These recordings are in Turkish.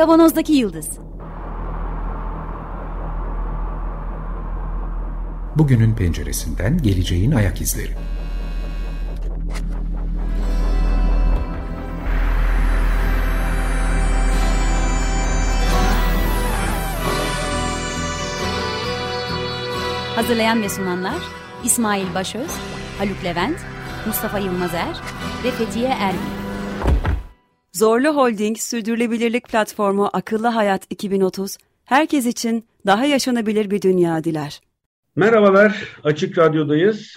Kavanozdaki Yıldız. Bugünün penceresinden geleceğin ayak izleri. Hazırlayan ve sunanlar İsmail Başöz, Haluk Levent, Mustafa Yılmazer ve Fethiye Erbil. Zorlu Holding Sürdürülebilirlik Platformu Akıllı Hayat 2030, herkes için daha yaşanabilir bir dünya diler. Merhabalar, Açık Radyo'dayız.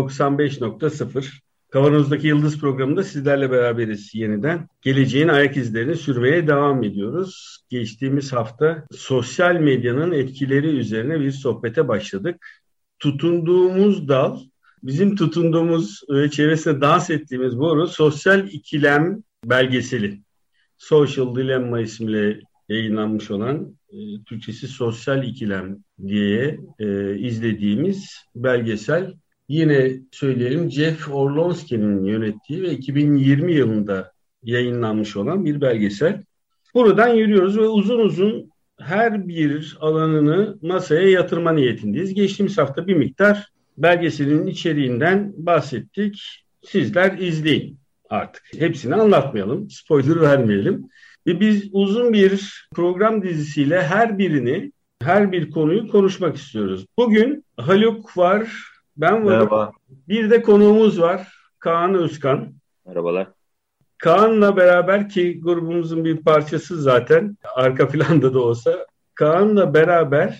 95.0. Kavanozdaki Yıldız programında sizlerle beraberiz yeniden. Geleceğin ayak izlerini sürmeye devam ediyoruz. Geçtiğimiz hafta sosyal medyanın etkileri üzerine bir sohbete başladık. Tutunduğumuz dal, bizim tutunduğumuz ve çevresinde dans ettiğimiz boru sosyal ikilem belgeseli. Social Dilemma ismiyle yayınlanmış olan Türkçesi Sosyal İkilem diye izlediğimiz belgesel. Yine söyleyelim, Jeff Orlowski'nin yönettiği ve 2020 yılında yayınlanmış olan bir belgesel. Buradan yürüyoruz ve uzun uzun her bir alanını masaya yatırma niyetindeyiz. Geçtiğimiz hafta bir miktar belgeselin içeriğinden bahsettik. Sizler izleyin artık. Hepsini anlatmayalım, spoiler vermeyelim. Ve biz uzun bir program dizisiyle her bir konuyu konuşmak istiyoruz. Bugün Haluk var, ben varım. Merhaba. Bir de konuğumuz var, Kaan Özkan. Merhabalar. Kaan'la beraber, ki grubumuzun bir parçası zaten, arka planda da olsa, Kaan'la beraber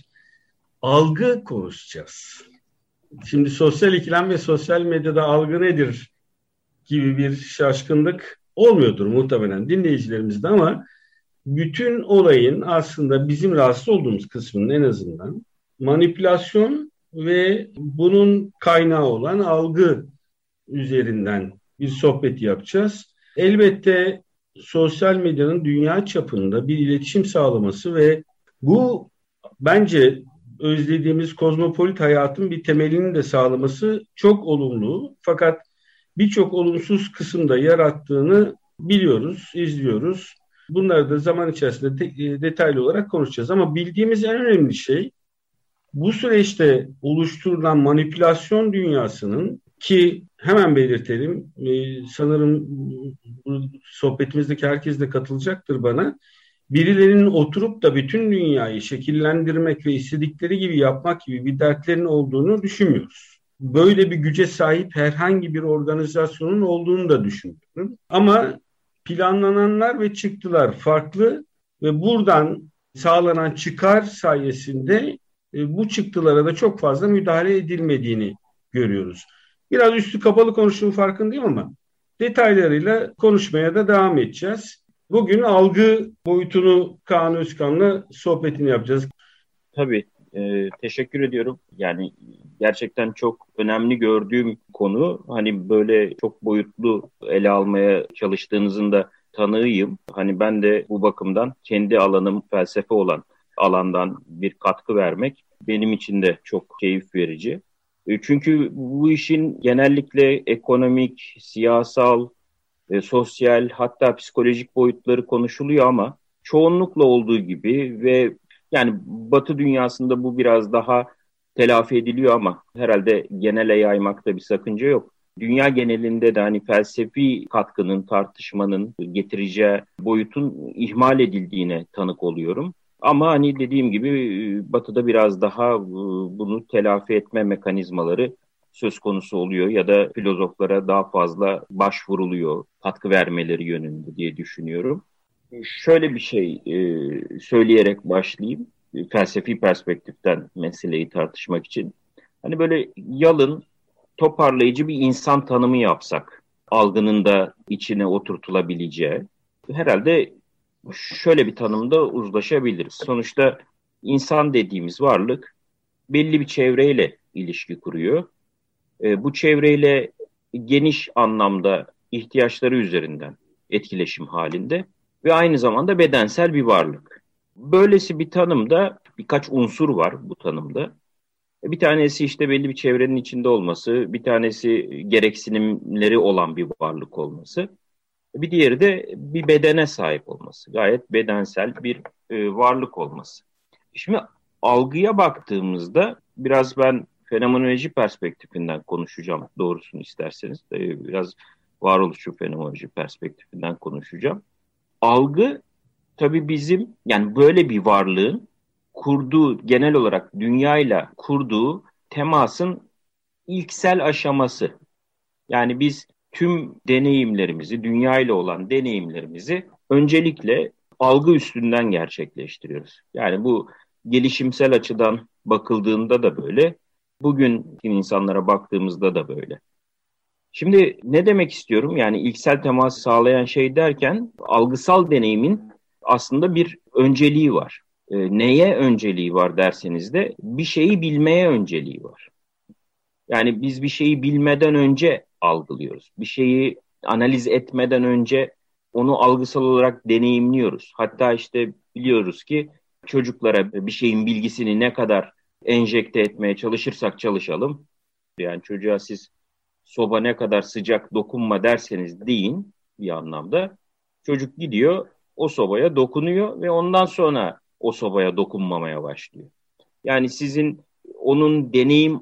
algı konuşacağız. Şimdi sosyal ikilem ve sosyal medyada algı nedir gibi bir şaşkınlık olmuyordur muhtemelen dinleyicilerimizde, ama bütün olayın aslında bizim rahatsız olduğumuz kısmının en azından manipülasyon ve bunun kaynağı olan algı üzerinden bir sohbet yapacağız. Elbette sosyal medyanın dünya çapında bir iletişim sağlaması ve bu bence özlediğimiz kozmopolit hayatın bir temelini de sağlaması çok olumlu. Fakat birçok olumsuz kısımda yarattığını biliyoruz, izliyoruz. Bunları da zaman içerisinde detaylı olarak konuşacağız. Ama bildiğimiz en önemli şey, bu süreçte oluşturulan manipülasyon dünyasının, ki hemen belirtelim, sanırım bu sohbetimizdeki herkes de katılacaktır bana, birilerinin oturup da bütün dünyayı şekillendirmek ve istedikleri gibi yapmak gibi bir dertlerinin olduğunu düşünmüyoruz. Böyle bir güce sahip herhangi bir organizasyonun olduğunu da düşünmüyorum. Ama planlananlar ve çıktılar farklı ve buradan sağlanan çıkar sayesinde bu çıktılara da çok fazla müdahale edilmediğini görüyoruz. Biraz üstü kapalı konuştuğum farkındayım ama detaylarıyla konuşmaya da devam edeceğiz. Bugün algı boyutunu Kaan Özkan'la sohbetini yapacağız. Tabii, teşekkür ediyorum. Yani gerçekten çok önemli gördüğüm konu. Hani böyle çok boyutlu ele almaya çalıştığınızın da tanığıyım. Hani ben de bu bakımdan kendi alanım felsefe olan alandan bir katkı vermek benim için de çok keyif verici. Çünkü bu işin genellikle ekonomik, siyasal, sosyal, hatta psikolojik boyutları konuşuluyor ama çoğunlukla olduğu gibi ve yani Batı dünyasında bu biraz daha telafi ediliyor ama herhalde genele yaymakta bir sakınca yok. Dünya genelinde de hani felsefi katkının, tartışmanın getireceği boyutun ihmal edildiğine tanık oluyorum. Ama hani dediğim gibi Batı'da biraz daha bunu telafi etme mekanizmaları söz konusu oluyor ya da filozoflara daha fazla başvuruluyor katkı vermeleri yönünde diye düşünüyorum. Şöyle bir şey söyleyerek başlayayım felsefi perspektiften meseleyi tartışmak için. Hani böyle yalın, toparlayıcı bir insan tanımı yapsak, algının da içine oturtulabileceği, herhalde şöyle bir tanımda uzlaşabiliriz. Sonuçta insan dediğimiz varlık belli bir çevreyle ilişki kuruyor. Bu çevreyle geniş anlamda ihtiyaçları üzerinden etkileşim halinde ve aynı zamanda bedensel bir varlık. Böylesi bir tanımda birkaç unsur var bu tanımda. Bir tanesi işte belli bir çevrenin içinde olması, bir tanesi gereksinimleri olan bir varlık olması. Bir diğeri de bir bedene sahip olması. Gayet bedensel bir varlık olması. Şimdi algıya baktığımızda biraz ben fenomenoloji perspektifinden konuşacağım doğrusunu isterseniz. Biraz varoluşçu fenomenoloji perspektifinden konuşacağım. Algı tabii bizim yani böyle bir varlığın kurduğu genel olarak dünyayla kurduğu temasın ilksel aşaması. Yani biz tüm deneyimlerimizi, dünyayla olan deneyimlerimizi öncelikle algı üstünden gerçekleştiriyoruz. Yani bu gelişimsel açıdan bakıldığında da böyle, bugün insanlara baktığımızda da böyle. Şimdi ne demek istiyorum? Yani ilksel teması sağlayan şey derken algısal deneyimin aslında bir önceliği var. Neye önceliği var derseniz de bir şeyi bilmeye önceliği var. Yani biz bir şeyi bilmeden önce algılıyoruz. Bir şeyi analiz etmeden önce onu algısal olarak deneyimliyoruz. Hatta işte biliyoruz ki çocuklara bir şeyin bilgisini ne kadar enjekte etmeye çalışırsak çalışalım. Yani çocuğa siz soba ne kadar sıcak dokunma derseniz deyin bir anlamda. Çocuk gidiyor o sobaya dokunuyor ve ondan sonra o sobaya dokunmamaya başlıyor. Yani sizin onun deneyim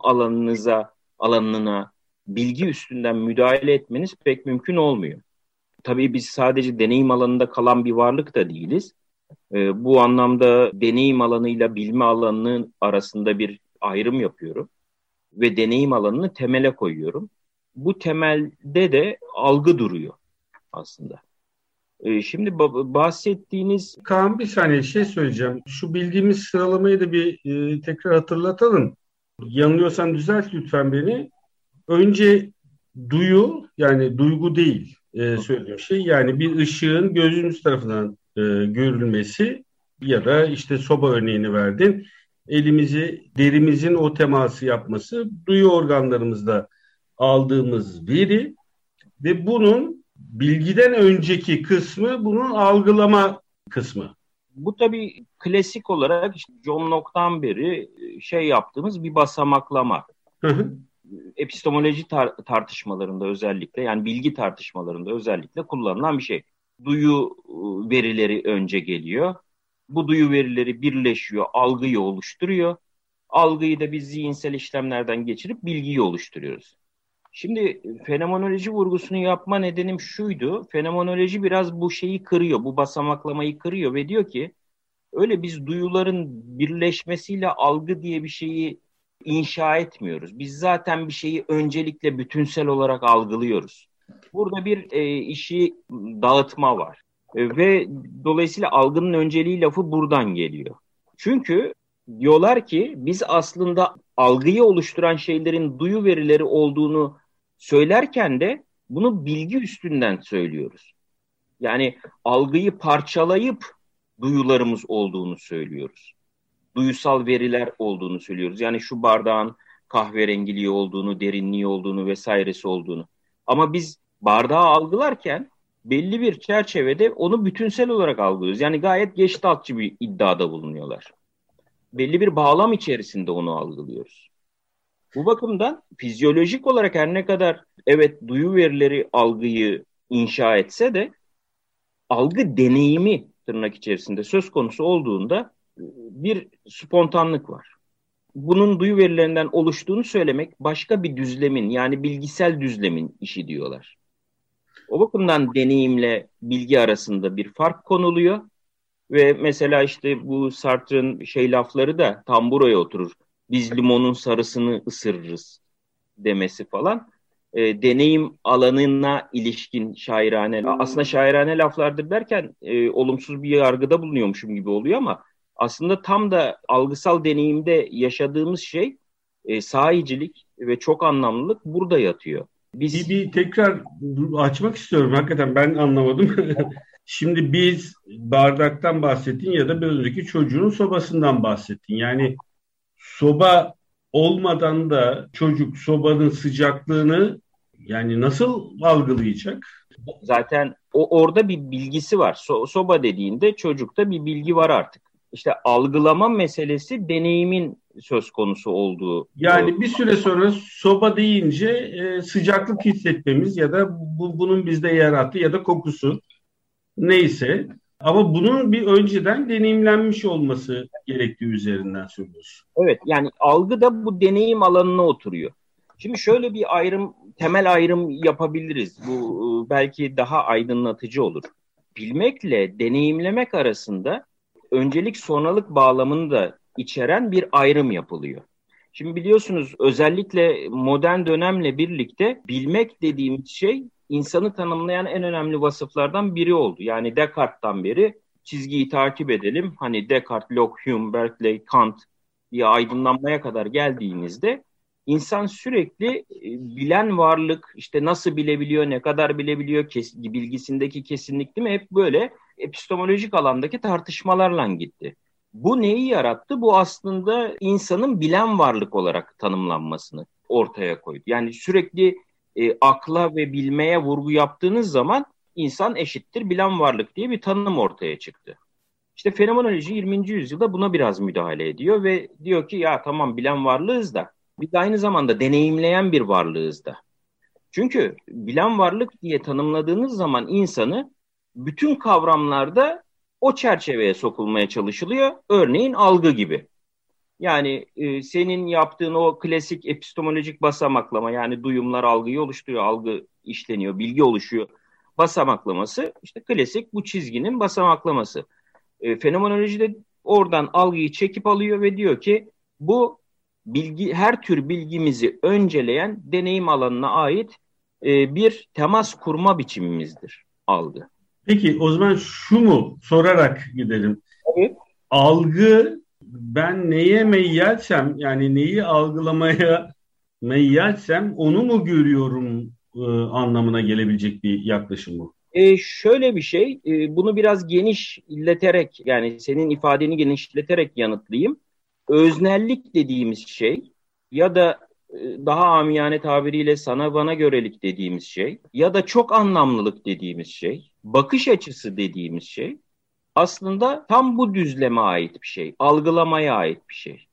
alanına bilgi üstünden müdahale etmeniz pek mümkün olmuyor. Tabii biz sadece deneyim alanında kalan bir varlık da değiliz. Bu anlamda deneyim alanıyla bilme alanının arasında bir ayrım yapıyorum ve deneyim alanını temele koyuyorum. Bu temelde de algı duruyor aslında. Şimdi bahsettiğiniz... Kaan, bir saniye söyleyeceğim. Şu bildiğimiz sıralamayı da bir tekrar hatırlatalım. Yanılıyorsan düzelt lütfen beni. Önce duyu, yani duygu değil söylediğim şey. Yani bir ışığın gözümüz tarafından görülmesi ya da işte soba örneğini verdin. Derimizin o teması yapması, duyu organlarımızda aldığımız veri ve bunun bilgiden önceki kısmı bunun algılama kısmı. Bu tabii klasik olarak işte John Locke'tan beri yaptığımız bir basamaklama. Epistemoloji tartışmalarında özellikle, yani bilgi tartışmalarında özellikle kullanılan bir şey. Duyu verileri önce geliyor. Bu duyu verileri birleşiyor, algıyı oluşturuyor. Algıyı da biz zihinsel işlemlerden geçirip bilgiyi oluşturuyoruz. Şimdi fenomenoloji vurgusunu yapma nedenim şuydu. Fenomenoloji biraz bu şeyi kırıyor, bu basamaklamayı kırıyor ve diyor ki öyle biz duyuların birleşmesiyle algı diye bir şeyi inşa etmiyoruz. Biz zaten bir şeyi öncelikle bütünsel olarak algılıyoruz. Burada bir işi dağıtma var. Ve dolayısıyla algının önceliği lafı buradan geliyor. Çünkü diyorlar ki biz aslında algıyı oluşturan şeylerin duyu verileri olduğunu söylerken de bunu bilgi üstünden söylüyoruz. Yani algıyı parçalayıp duyularımız olduğunu söylüyoruz. Duyusal veriler olduğunu söylüyoruz. Yani şu bardağın kahverengiliği olduğunu, derinliği olduğunu vesairesi olduğunu. Ama biz bardağı algılarken belli bir çerçevede onu bütünsel olarak algılıyoruz. Yani gayet geçtaltçı bir iddiada bulunuyorlar. Belli bir bağlam içerisinde onu algılıyoruz. Bu bakımdan fizyolojik olarak her ne kadar evet duyu verileri algıyı inşa etse de algı deneyimi tırnak içerisinde söz konusu olduğunda bir spontanlık var. Bunun duyu verilerinden oluştuğunu söylemek başka bir düzlemin, yani bilgisel düzlemin işi diyorlar. O bakımdan deneyimle bilgi arasında bir fark konuluyor ve mesela işte bu Sartre'ın lafları da tam buraya oturur. Biz limonun sarısını ısırırız demesi falan. Deneyim alanına ilişkin şairane, aslında şairane laflardır derken olumsuz bir yargıda bulunuyormuşum gibi oluyor ama aslında tam da algısal deneyimde yaşadığımız şey sahicilik ve çok anlamlılık burada yatıyor. Bir tekrar açmak istiyorum. Hakikaten ben anlamadım. Şimdi biz bardaktan bahsettin ya da bir önceki çocuğun sobasından bahsettin. Yani soba olmadan da çocuk sobanın sıcaklığını yani nasıl algılayacak? Zaten orada bir bilgisi var. Soba dediğinde çocukta bir bilgi var artık. İşte algılama meselesi deneyimin söz konusu olduğu. Yani bir süre sonra soba deyince sıcaklık hissetmemiz ya da bunun bizde yarattığı ya da kokusu neyse. Ama bunun bir önceden deneyimlenmiş olması gerektiği üzerinden söylüyorsun. Evet, yani algı da bu deneyim alanına oturuyor. Şimdi şöyle bir temel ayrım yapabiliriz. Bu belki daha aydınlatıcı olur. Bilmekle deneyimlemek arasında öncelik sonralık bağlamını da içeren bir ayrım yapılıyor. Şimdi biliyorsunuz özellikle modern dönemle birlikte bilmek dediğimiz şey insanı tanımlayan en önemli vasıflardan biri oldu. Yani Descartes'tan beri çizgiyi takip edelim. Hani Descartes, Locke, Hume, Berkeley, Kant diye aydınlanmaya kadar geldiğinizde insan sürekli bilen varlık, işte nasıl bilebiliyor, ne kadar bilebiliyor, bilgisindeki kesinlik değil mi? Hep böyle epistemolojik alandaki tartışmalarla gitti. Bu neyi yarattı? Bu aslında insanın bilen varlık olarak tanımlanmasını ortaya koydu. Yani sürekli akla ve bilmeye vurgu yaptığınız zaman insan eşittir bilen varlık diye bir tanım ortaya çıktı. İşte fenomenoloji 20. yüzyılda buna biraz müdahale ediyor ve diyor ki ya tamam bilen varlığız da biz aynı zamanda deneyimleyen bir varlığız da. Çünkü bilen varlık diye tanımladığınız zaman insanı bütün kavramlarda o çerçeveye sokulmaya çalışılıyor. Örneğin algı gibi. Yani senin yaptığın o klasik epistemolojik basamaklama, yani duyumlar algıyı oluşturuyor, algı işleniyor, bilgi oluşuyor. Basamaklaması işte klasik bu çizginin basamaklaması. Fenomenoloji de oradan algıyı çekip alıyor ve diyor ki bu bilgi, her tür bilgimizi önceleyen deneyim alanına ait bir temas kurma biçimimizdir algı. Peki o zaman şu mu sorarak gidelim. Evet. Algı, ben neye meyyalsem, yani neyi algılamaya meyyalsem onu mu görüyorum anlamına gelebilecek bir yaklaşım bu. Şöyle bir şey, bunu biraz genişleterek, yani senin ifadeni genişleterek yanıtlayayım. Öznellik dediğimiz şey ya da daha amiyane tabiriyle sana bana görelik dediğimiz şey ya da çok anlamlılık dediğimiz şey, bakış açısı dediğimiz şey aslında tam bu düzleme ait bir şey, algılamaya ait bir şey.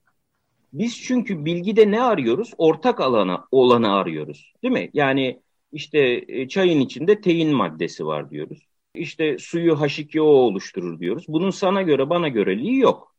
Biz çünkü bilgide ne arıyoruz? Ortak olanı arıyoruz, değil mi? Yani işte çayın içinde tein maddesi var diyoruz. İşte suyu H2O oluşturur diyoruz. Bunun sana göre bana göreliği yok.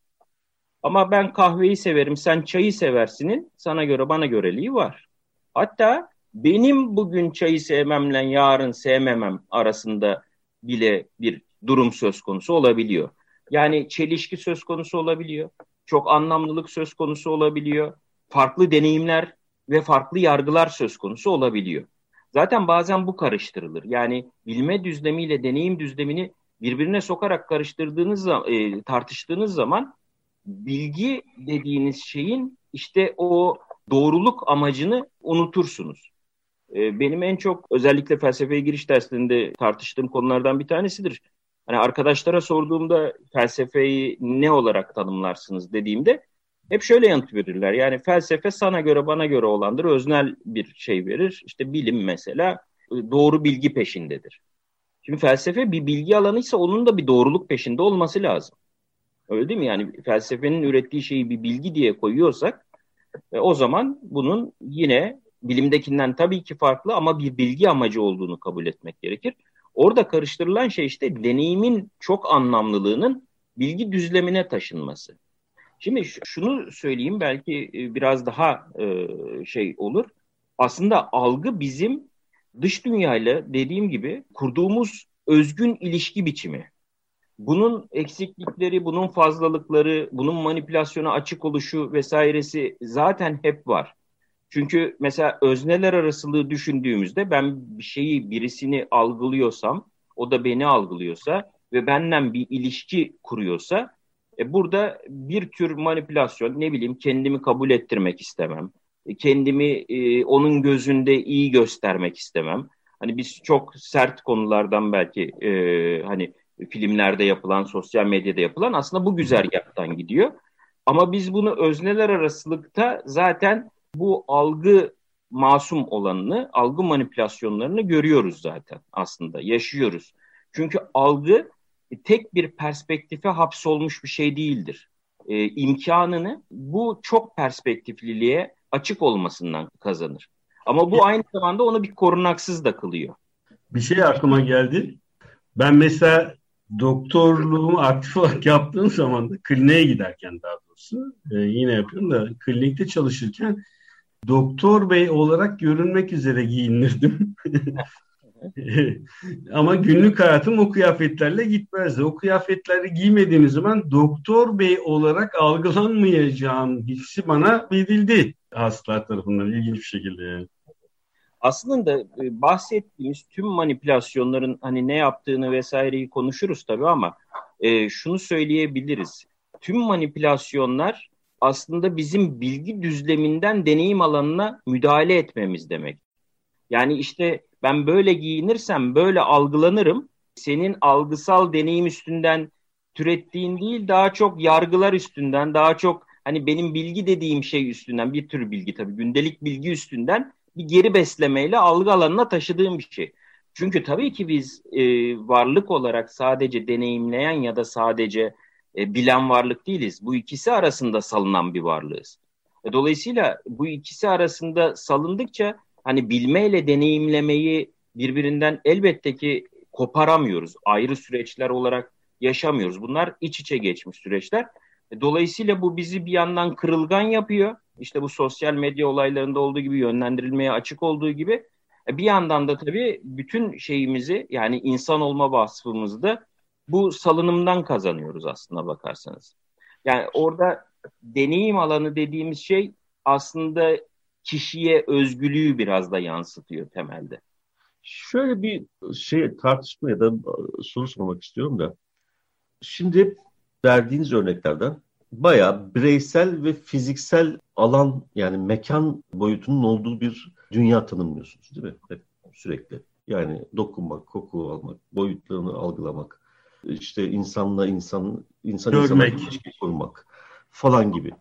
Ama ben kahveyi severim, sen çayı seversinin sana göre bana göreliği var. Hatta benim bugün çayı sevmemle yarın sevmemem arasında bile bir durum söz konusu olabiliyor. Yani çelişki söz konusu olabiliyor. Çok anlamlılık söz konusu olabiliyor. Farklı deneyimler ve farklı yargılar söz konusu olabiliyor. Zaten bazen bu karıştırılır. Yani bilme düzlemiyle deneyim düzlemini birbirine sokarak tartıştığınız zaman bilgi dediğiniz şeyin işte o doğruluk amacını unutursunuz. Benim en çok özellikle felsefeye giriş derslerinde tartıştığım konulardan bir tanesidir. Hani arkadaşlara sorduğumda felsefeyi ne olarak tanımlarsınız dediğimde hep şöyle yanıt verirler. Yani felsefe sana göre bana göre olandır, öznel bir şey verir. İşte bilim mesela doğru bilgi peşindedir. Şimdi felsefe bir bilgi alanıysa onun da bir doğruluk peşinde olması lazım. Öyle değil mi? Yani felsefenin ürettiği şeyi bir bilgi diye koyuyorsak o zaman bunun yine bilimdekinden tabii ki farklı ama bir bilgi amacı olduğunu kabul etmek gerekir. Orada karıştırılan şey işte deneyimin çok anlamlılığının bilgi düzlemine taşınması. Şimdi şunu söyleyeyim, belki biraz daha şey olur. Aslında algı bizim dış dünyayla dediğim gibi kurduğumuz özgün ilişki biçimi. Bunun eksiklikleri, bunun fazlalıkları, bunun manipülasyona açık oluşu vesairesi zaten hep var. Çünkü mesela özneler arasılığı düşündüğümüzde ben birisini algılıyorsam, o da beni algılıyorsa ve benden bir ilişki kuruyorsa burada bir tür manipülasyon, ne bileyim kendimi kabul ettirmek istemem, kendimi onun gözünde iyi göstermek istemem. Hani biz çok sert konulardan belki hani filmlerde yapılan, sosyal medyada yapılan aslında bu güzergahtan gidiyor. Ama biz bunu özneler arasılıkta zaten bu algı masum olanını, algı manipülasyonlarını görüyoruz zaten aslında, yaşıyoruz. Çünkü algı tek bir perspektife hapsolmuş bir şey değildir. imkanını bu çok perspektifliliğe açık olmasından kazanır. Ama bu aynı zamanda onu bir korunaksız da kılıyor. Bir şey aklıma geldi. Ben mesela doktorluğumu aktif olarak yaptığım zaman da kliniğe giderken daha doğrusu yine yapıyorum da klinikte çalışırken doktor bey olarak görünmek üzere giyinirdim. Ama günlük hayatım o kıyafetlerle gitmezdi. O kıyafetleri giymediğim zaman doktor bey olarak algılanmayacağım hissi bana verildi hastalar tarafından ilginç bir şekilde yani. Aslında bahsettiğimiz tüm manipülasyonların hani ne yaptığını vesaireyi konuşuruz tabii ama şunu söyleyebiliriz. Tüm manipülasyonlar aslında bizim bilgi düzleminden deneyim alanına müdahale etmemiz demek. Yani işte ben böyle giyinirsem böyle algılanırım. Senin algısal deneyim üstünden türettiğin değil, daha çok yargılar üstünden, daha çok hani benim bilgi dediğim şey üstünden, bir tür bilgi tabii, gündelik bilgi üstünden bir geri beslemeyle algı alanına taşıdığım bir şey. Çünkü tabii ki biz varlık olarak sadece deneyimleyen ya da sadece bilen varlık değiliz. Bu ikisi arasında salınan bir varlığız. Dolayısıyla bu ikisi arasında salındıkça hani bilmeyle deneyimlemeyi birbirinden elbette ki koparamıyoruz. Ayrı süreçler olarak yaşamıyoruz. Bunlar iç içe geçmiş süreçler. Dolayısıyla bu bizi bir yandan kırılgan yapıyor. İşte bu sosyal medya olaylarında olduğu gibi, yönlendirilmeye açık olduğu gibi. Bir yandan da tabii bütün şeyimizi, yani insan olma vasfımızı da bu salınımdan kazanıyoruz aslında bakarsanız. Yani orada deneyim alanı dediğimiz şey aslında kişiye özgürlüğü biraz da yansıtıyor temelde. Şöyle bir tartışma ya da soru sormak istiyorum da. Şimdi verdiğiniz örneklerden bayağı bireysel ve fiziksel alan, yani mekan boyutunun olduğu bir dünya tanımlıyorsunuz değil mi? Hep, sürekli. Yani dokunmak, koku almak, boyutlarını algılamak, işte insanla insan ilişki kurmak falan gibi.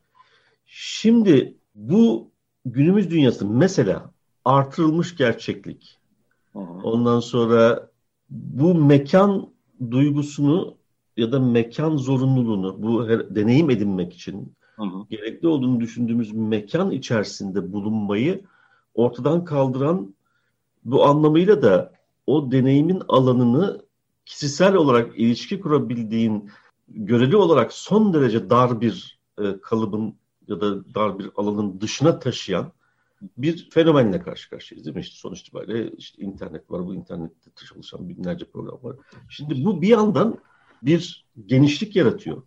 Şimdi bu günümüz dünyası mesela artırılmış gerçeklik. Ondan sonra bu mekan duygusunu ya da mekan zorunluluğunu, bu deneyim edinmek için gerekli olduğunu düşündüğümüz mekan içerisinde bulunmayı ortadan kaldıran, bu anlamıyla da o deneyimin alanını kişisel olarak ilişki kurabildiğin, göreli olarak son derece dar bir kalıbın ya da dar bir alanın dışına taşıyan bir fenomenle karşı karşıyayız değil mi? İşte sonuç itibariyle işte internet var, bu internette çalışan binlerce program var. Şimdi bu bir yandan bir genişlik yaratıyor.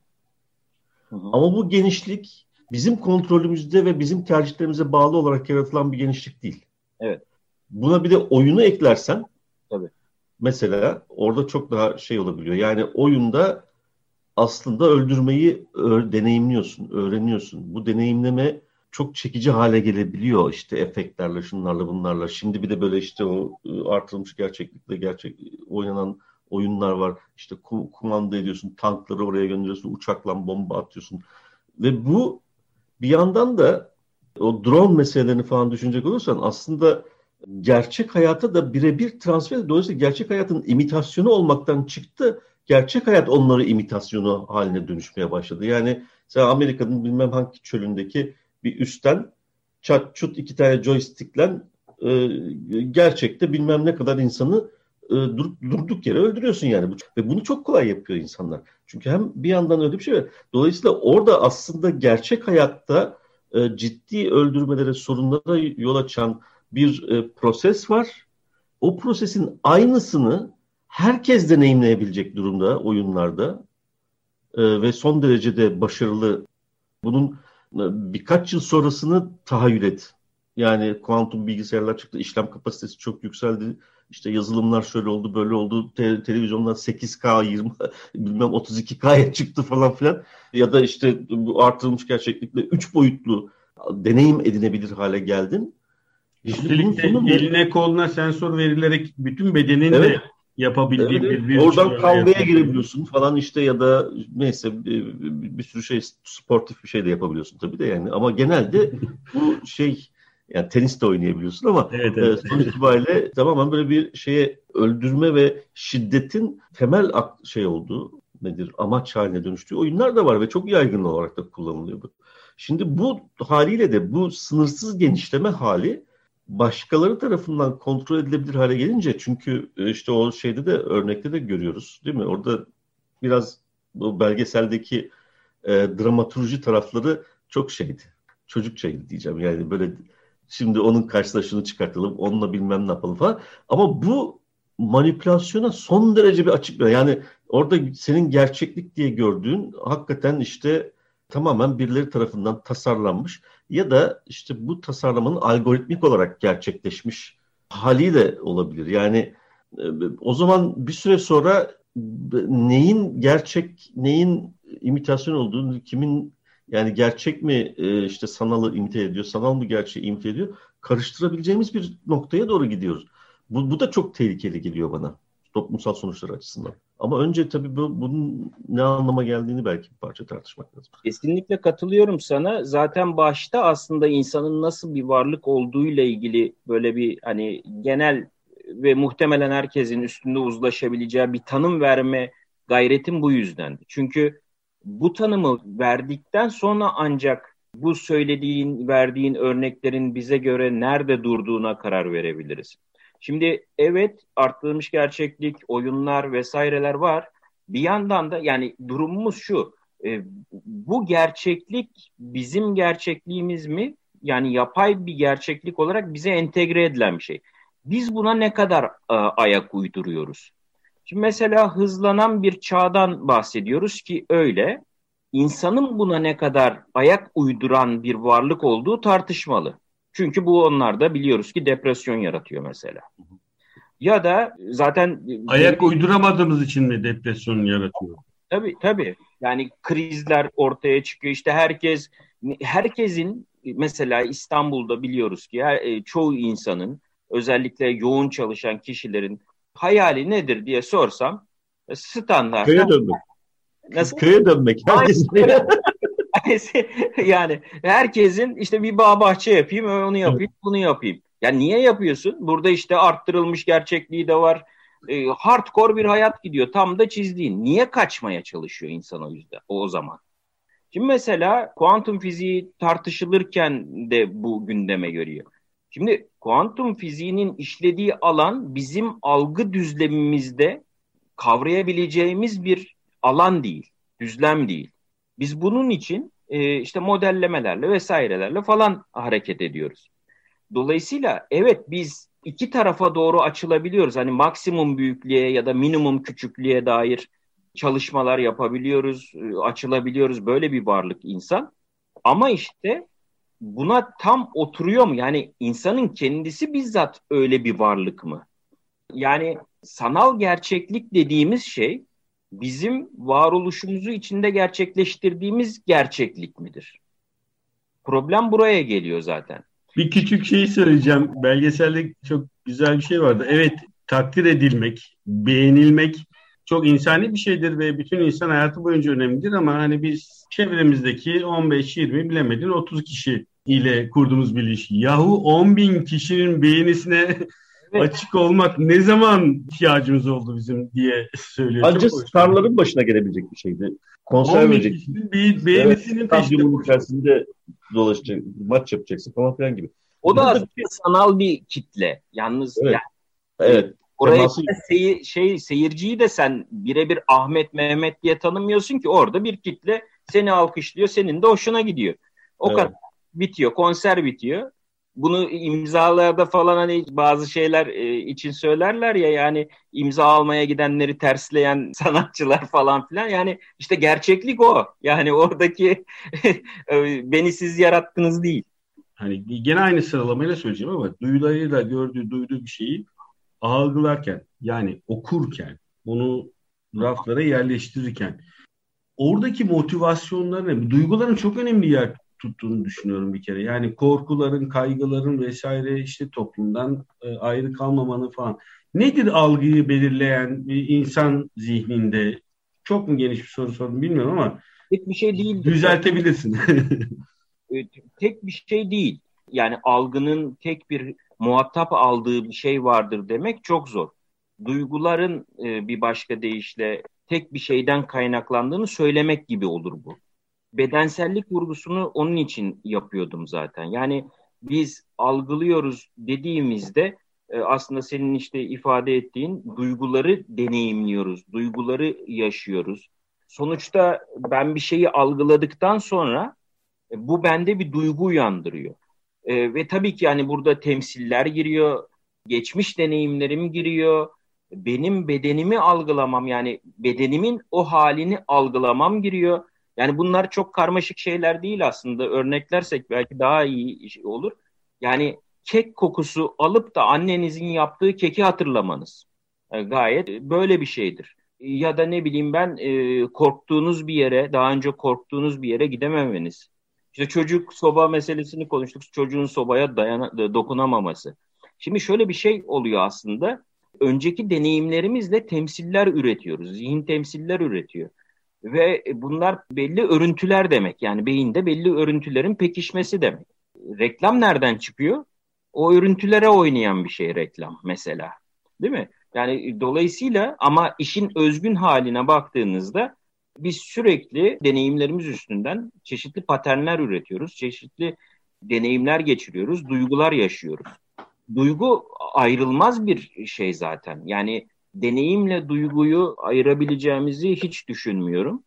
Ama bu genişlik bizim kontrolümüzde ve bizim tercihlerimize bağlı olarak yaratılan bir genişlik değil. Evet. Buna bir de oyunu eklersen tabii, mesela orada çok daha şey olabiliyor. Yani oyunda aslında öldürmeyi deneyimliyorsun, öğreniyorsun. Bu deneyimleme çok çekici hale gelebiliyor işte efektlerle, şunlarla, bunlarla. Şimdi bir de böyle işte o artırılmış gerçeklikle oynanan oyunlar var. İşte kumanda ediyorsun, tankları oraya gönderiyorsun, uçakla bomba atıyorsun. Ve bu bir yandan da o drone meselelerini falan düşünecek olursan aslında gerçek hayata da birebir transfer ediyor. Dolayısıyla gerçek hayatın imitasyonu olmaktan çıktı. Gerçek hayat onları imitasyonu haline dönüşmeye başladı. Yani sen Amerika'nın bilmem hangi çölündeki bir üstten çat çut 2 tane joystick'le gerçekte bilmem ne kadar insanı durduk yere öldürüyorsun yani. Ve bunu çok kolay yapıyor insanlar. Çünkü hem bir yandan öyle bir şey var. Dolayısıyla orada aslında gerçek hayatta ciddi öldürmelere, sorunlara yol açan bir proses var. O prosesin aynısını herkes deneyimleyebilecek durumda oyunlarda ve son derece de başarılı. Bunun birkaç yıl sonrasını tahayyül et. Yani kuantum bilgisayarlar çıktı, işlem kapasitesi çok yükseldi. İşte yazılımlar şöyle oldu, böyle oldu. Televizyonlar 8K, 20, bilmem 32K'ya çıktı falan filan. Ya da işte bu artırılmış gerçeklikle 3 boyutlu deneyim edinebilir hale geldin. Üstelik de eline koluna sensör verilerek bütün bedenini de yapabildiğin bir oradan kavgaya girebiliyorsun falan işte, ya da neyse bir sürü şey, sportif bir şey de yapabiliyorsun tabii de yani. Ama genelde bu şey, yani tenis de oynayabiliyorsun ama evet. Sonuç itibariyle tamamen böyle bir şeye, öldürme ve şiddetin temel şey olduğu, nedir, amaç haline dönüştüğü oyunlar da var ve çok yaygın olarak da kullanılıyor bu. Şimdi bu haliyle de bu sınırsız genişleme hali başkaları tarafından kontrol edilebilir hale gelince, çünkü işte o şeyde de, örnekte de görüyoruz değil mi? Orada biraz bu belgeseldeki dramaturji tarafları çok şeydi. Çocukçaydı diyeceğim. Yani böyle şimdi onun karşısına şunu çıkartalım, onunla bilmem ne yapalım falan. Ama bu manipülasyona son derece bir açık. Yani orada senin gerçeklik diye gördüğün hakikaten işte tamamen birileri tarafından tasarlanmış ya da işte bu tasarlamanın algoritmik olarak gerçekleşmiş hali de olabilir. Yani o zaman bir süre sonra neyin gerçek, neyin imitasyon olduğunu, kimin yani gerçek mi işte sanalı imite ediyor, sanal mı gerçeği imite ediyor, karıştırabileceğimiz bir noktaya doğru gidiyoruz. Bu da çok tehlikeli geliyor bana toplumsal sonuçlar açısından. Ama önce tabii bunun ne anlama geldiğini belki bir parça tartışmak lazım. Kesinlikle katılıyorum sana. Zaten başta aslında insanın nasıl bir varlık olduğuyla ilgili böyle bir hani genel ve muhtemelen herkesin üstünde uzlaşabileceği bir tanım verme gayretim bu yüzdendi. Çünkü bu tanımı verdikten sonra ancak bu söylediğin, verdiğin örneklerin bize göre nerede durduğuna karar verebiliriz. Şimdi evet, arttırılmış gerçeklik, oyunlar vesaireler var. Bir yandan da yani durumumuz şu, bu gerçeklik bizim gerçekliğimiz mi? Yani yapay bir gerçeklik olarak bize entegre edilen bir şey. Biz buna ne kadar ayak uyduruyoruz? Şimdi mesela hızlanan bir çağdan bahsediyoruz ki öyle. İnsanın buna ne kadar ayak uyduran bir varlık olduğu tartışmalı. Çünkü bu onlarda biliyoruz ki depresyon yaratıyor mesela. Ya da zaten ayak uyduramadığımız için mi depresyon yaratıyor? Tabii. Yani krizler ortaya çıkıyor. İşte herkesin mesela İstanbul'da biliyoruz ki çoğu insanın, özellikle yoğun çalışan kişilerin hayali nedir diye sorsam standart. Köye dönmek. Nasıl? Köye dönmek. Yani herkesin işte bir bağ bahçe yapayım, onu yapayım, bunu yapayım. Yani niye yapıyorsun? Burada işte arttırılmış gerçekliği de var. Hardcore bir hayat gidiyor. Tam da çizdiğin. Niye kaçmaya çalışıyor insan o yüzden o zaman? Şimdi mesela kuantum fiziği tartışılırken de bu gündeme geliyor. Şimdi kuantum fiziğinin işlediği alan bizim algı düzlemimizde kavrayabileceğimiz bir alan değil, düzlem değil. Biz bunun için işte modellemelerle vesairelerle falan hareket ediyoruz. Dolayısıyla evet, biz iki tarafa doğru açılabiliyoruz. Hani maksimum büyüklüğe ya da minimum küçüklüğe dair çalışmalar yapabiliyoruz, açılabiliyoruz. Böyle bir varlık insan. Ama işte buna tam oturuyor mu? Yani insanın kendisi bizzat öyle bir varlık mı? Yani sanal gerçeklik dediğimiz şey bizim varoluşumuzu içinde gerçekleştirdiğimiz gerçeklik midir? Problem buraya geliyor zaten. Bir küçük şey söyleyeceğim. Belgeselde çok güzel bir şey vardı. Evet, takdir edilmek, beğenilmek çok insani bir şeydir ve bütün insan hayatı boyunca önemlidir ama hani biz çevremizdeki 15-20 bilemedin 30 kişi ile kurduğumuz bir ilişki. Yahu 10.000 kişinin beğenisine açık olmak ne zaman ihtiyacımız oldu bizim diye söylüyor. Ancak starların başına gelebilecek bir şeydi. Konser verecek. Bir beğenisinin peşinde içerisinde dolaşacak, maç yapacaksın falan filan gibi. O da aslında sanal bir kitle. Yalnız evet. Yani, evet. Oraya seyirciyi de sen birebir Ahmet Mehmet diye tanımıyorsun ki, orada bir kitle seni alkışlıyor, senin de hoşuna gidiyor. O kadar bitiyor, konser bitiyor. Bunu imzalarda falan hani bazı şeyler için söylerler ya, yani imza almaya gidenleri tersleyen sanatçılar falan filan. Yani işte gerçeklik o. Yani oradaki beni siz yarattınız değil. Hani gene aynı sıralamayla söyleyeceğim ama duyularıyla duyduğu bir şeyi algılarken, yani okurken, onu raflara yerleştirirken oradaki motivasyonların, duyguların çok önemli yer tuttuğunu düşünüyorum bir kere. Yani korkuların, kaygıların vesaire, işte toplumdan ayrı kalmamanın falan. Nedir algıyı belirleyen bir insan zihninde? Çok mu geniş bir soru sordum bilmiyorum ama tek bir şey değil. Düzeltebilirsin. Tek bir şey değil. Yani algının tek bir muhatap aldığı bir şey vardır demek çok zor. Duyguların bir başka deyişle tek bir şeyden kaynaklandığını söylemek gibi olur bu. Bedensellik vurgusunu onun için yapıyordum zaten. Yani biz algılıyoruz dediğimizde aslında senin işte ifade ettiğin duyguları deneyimliyoruz, duyguları yaşıyoruz. Sonuçta ben bir şeyi algıladıktan sonra bu bende bir duygu uyandırıyor. Ve tabii ki yani burada temsiller giriyor, geçmiş deneyimlerim giriyor, benim bedenimi algılamam, yani bedenimin o halini algılamam giriyor. Yani bunlar çok karmaşık şeyler değil aslında. Örneklersek belki daha iyi olur. Yani kek kokusu alıp da annenizin yaptığı keki hatırlamanız gayet böyle bir şeydir. Ya da ne bileyim ben korktuğunuz bir yere, daha önce korktuğunuz bir yere gidememeniz. İşte çocuk soba meselesini konuştuk. Çocuğun sobaya dokunamaması. Şimdi şöyle bir şey oluyor aslında. Önceki deneyimlerimizle temsiller üretiyoruz. Zihin temsiller üretiyor. Ve bunlar belli örüntüler demek. Yani beyinde belli örüntülerin pekişmesi demek. Reklam nereden çıkıyor? O örüntülere oynayan bir şey reklam mesela. Değil mi? Yani dolayısıyla ama işin özgün haline baktığınızda biz sürekli deneyimlerimiz üstünden çeşitli paternler üretiyoruz. Çeşitli deneyimler geçiriyoruz. Duygular yaşıyoruz. Duygu ayrılmaz bir şey zaten. Yani deneyimle duyguyu ayırabileceğimizi hiç düşünmüyorum.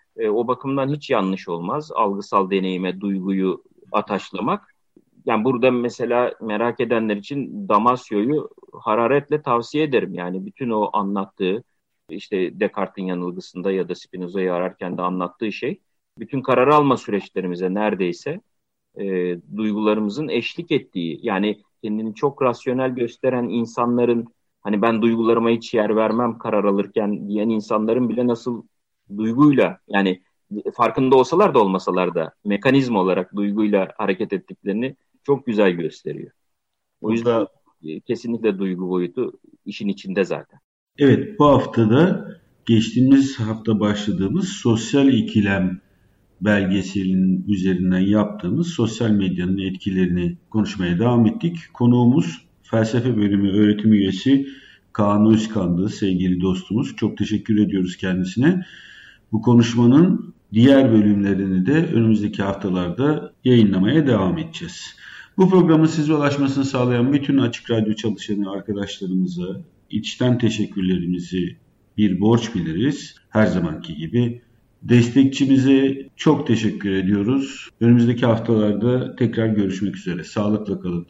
O bakımdan hiç yanlış olmaz. Algısal deneyime duyguyu ataşlamak. Yani burada mesela merak edenler için Damasio'yu hararetle tavsiye ederim. Yani bütün o anlattığı, işte Descartes'in yanılgısında ya da Spinoza'yı ararken de anlattığı şey, bütün karar alma süreçlerimize neredeyse duygularımızın eşlik ettiği, yani kendini çok rasyonel gösteren insanların, hani ben duygularıma hiç yer vermem karar alırken diyen insanların bile nasıl duyguyla, yani farkında olsalar da olmasalar da mekanizma olarak duyguyla hareket ettiklerini çok güzel gösteriyor. O yüzden kesinlikle duygu boyutu işin içinde zaten. Evet, bu haftada geçtiğimiz hafta başladığımız sosyal ikilem belgeselinin üzerinden yaptığımız sosyal medyanın etkilerini konuşmaya devam ettik. Konuğumuz felsefe bölümü öğretim üyesi Kaan Özkan'dı, sevgili dostumuz. Çok teşekkür ediyoruz kendisine. Bu konuşmanın diğer bölümlerini de önümüzdeki haftalarda yayınlamaya devam edeceğiz. Bu programın size ulaşmasını sağlayan bütün Açık Radyo çalışanı arkadaşlarımıza içten teşekkürlerimizi bir borç biliriz. Her zamanki gibi destekçimize çok teşekkür ediyoruz. Önümüzdeki haftalarda tekrar görüşmek üzere. Sağlıkla kalın.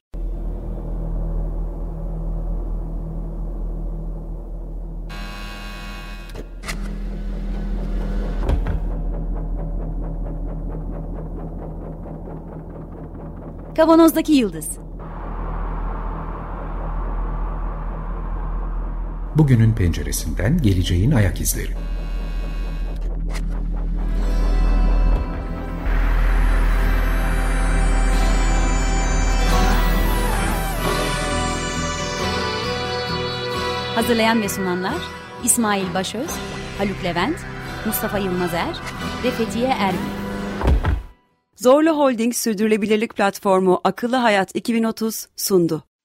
Kavanozdaki Yıldız. Bugünün penceresinden geleceğin ayak izleri. Hazırlayan ve sunanlar İsmail Başöz, Haluk Levent, Mustafa Yılmazer ve Fethiye Erbil. Zorlu Holding Sürdürülebilirlik Platformu Akıllı Hayat 2030 sundu.